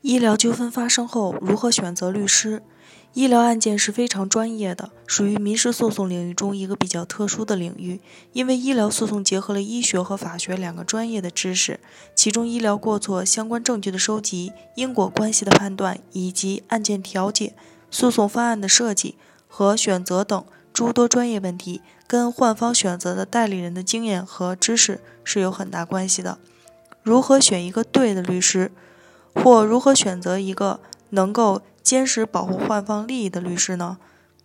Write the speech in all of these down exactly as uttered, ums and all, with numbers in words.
医疗纠纷发生后如何选择律师？医疗案件是非常专业的，属于民事诉讼领域中一个比较特殊的领域。因为医疗诉讼结合了医学和法学两个专业的知识，其中医疗过错相关证据的收集、因果关系的判断以及案件调解、诉讼方案的设计和选择等诸多专业问题，跟患方选择的代理人的经验和知识是有很大关系的。如何选一个对的律师，或如何选择一个能够坚实保护患方利益的律师呢？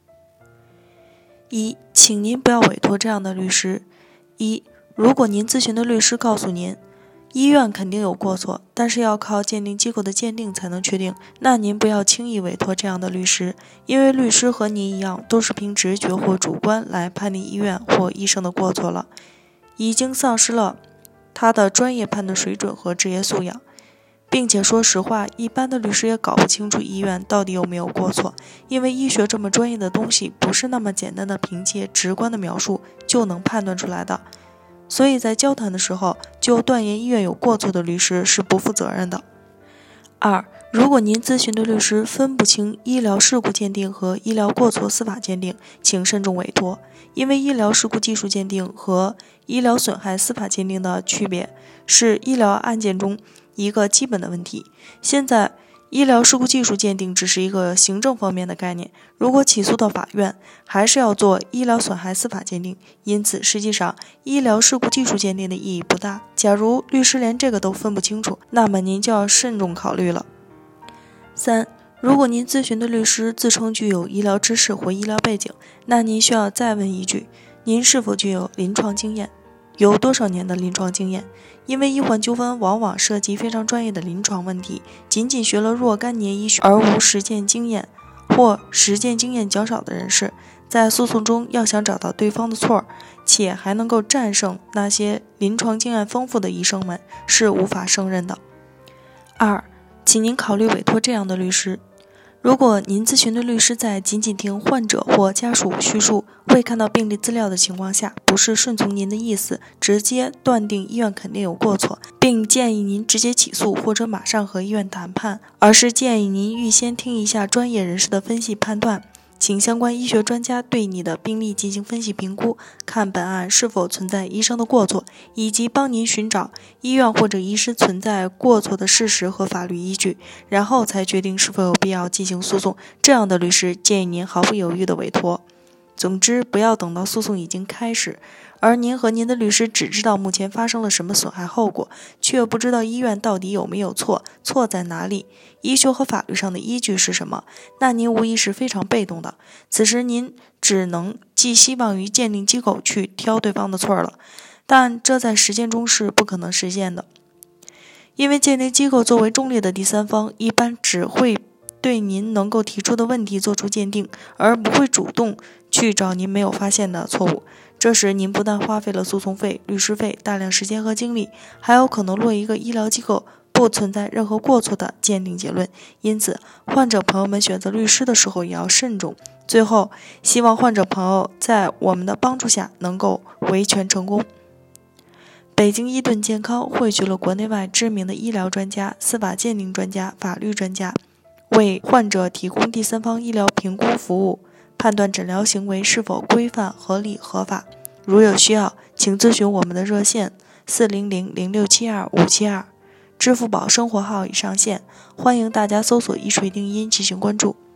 一，请您不要委托这样的律师。一，如果您咨询的律师告诉您，医院肯定有过错，但是要靠鉴定机构的鉴定才能确定，那您不要轻易委托这样的律师，因为律师和您一样都是凭直觉或主观来判定医院或医生的过错了，已经丧失了他的专业判断水准和职业素养。并且说实话，一般的律师也搞不清楚医院到底有没有过错，因为医学这么专业的东西不是那么简单的凭借直观的描述就能判断出来的，所以在交谈的时候就断言医院有过错的律师是不负责任的。二，如果您咨询的律师分不清医疗事故鉴定和医疗过错司法鉴定，请慎重委托，因为医疗事故技术鉴定和医疗损害司法鉴定的区别是医疗案件中一个基本的问题。现在医疗事故技术鉴定只是一个行政方面的概念，如果起诉到法院还是要做医疗损害司法鉴定，因此实际上医疗事故技术鉴定的意义不大。假如律师连这个都分不清楚，那么您就要慎重考虑了。三，如果您咨询的律师自称具有医疗知识或医疗背景，那您需要再问一句，您是否具有临床经验，有多少年的临床经验？因为医患纠纷往往涉及非常专业的临床问题，仅仅学了若干年医学而无实践经验或实践经验较少的人士，在诉讼中要想找到对方的错，且还能够战胜那些临床经验丰富的医生们，是无法胜任的。二，请您考虑委托这样的律师。如果您咨询的律师在仅仅听患者或家属叙述，未看到病历资料的情况下，不是顺从您的意思，直接断定医院肯定有过错，并建议您直接起诉或者马上和医院谈判，而是建议您预先听一下专业人士的分析判断，请相关医学专家对你的病例进行分析评估，看本案是否存在医生的过错，以及帮您寻找医院或者医师存在过错的事实和法律依据，然后才决定是否有必要进行诉讼。这样的律师建议您毫不犹豫地委托。总之，不要等到诉讼已经开始，而您和您的律师只知道目前发生了什么损害后果，却不知道医院到底有没有错，错在哪里，医学和法律上的依据是什么，那您无疑是非常被动的。此时您只能寄希望于鉴定机构去挑对方的错了，但这在实践中是不可能实现的，因为鉴定机构作为中立的第三方，一般只会对您能够提出的问题做出鉴定，而不会主动去找您没有发现的错误。这时您不但花费了诉讼费、律师费、大量时间和精力，还有可能落一个医疗机构不存在任何过错的鉴定结论。因此，患者朋友们选择律师的时候也要慎重。最后，希望患者朋友在我们的帮助下能够维权成功。北京伊顿健康汇聚了国内外知名的医疗专家、司法鉴定专家、法律专家，为患者提供第三方医疗评估服务，判断诊疗行为是否规范、合理、合法。如有需要，请咨询我们的热线四零零零六七二五七二，支付宝生活号已上线，欢迎大家搜索一锤定音进行关注。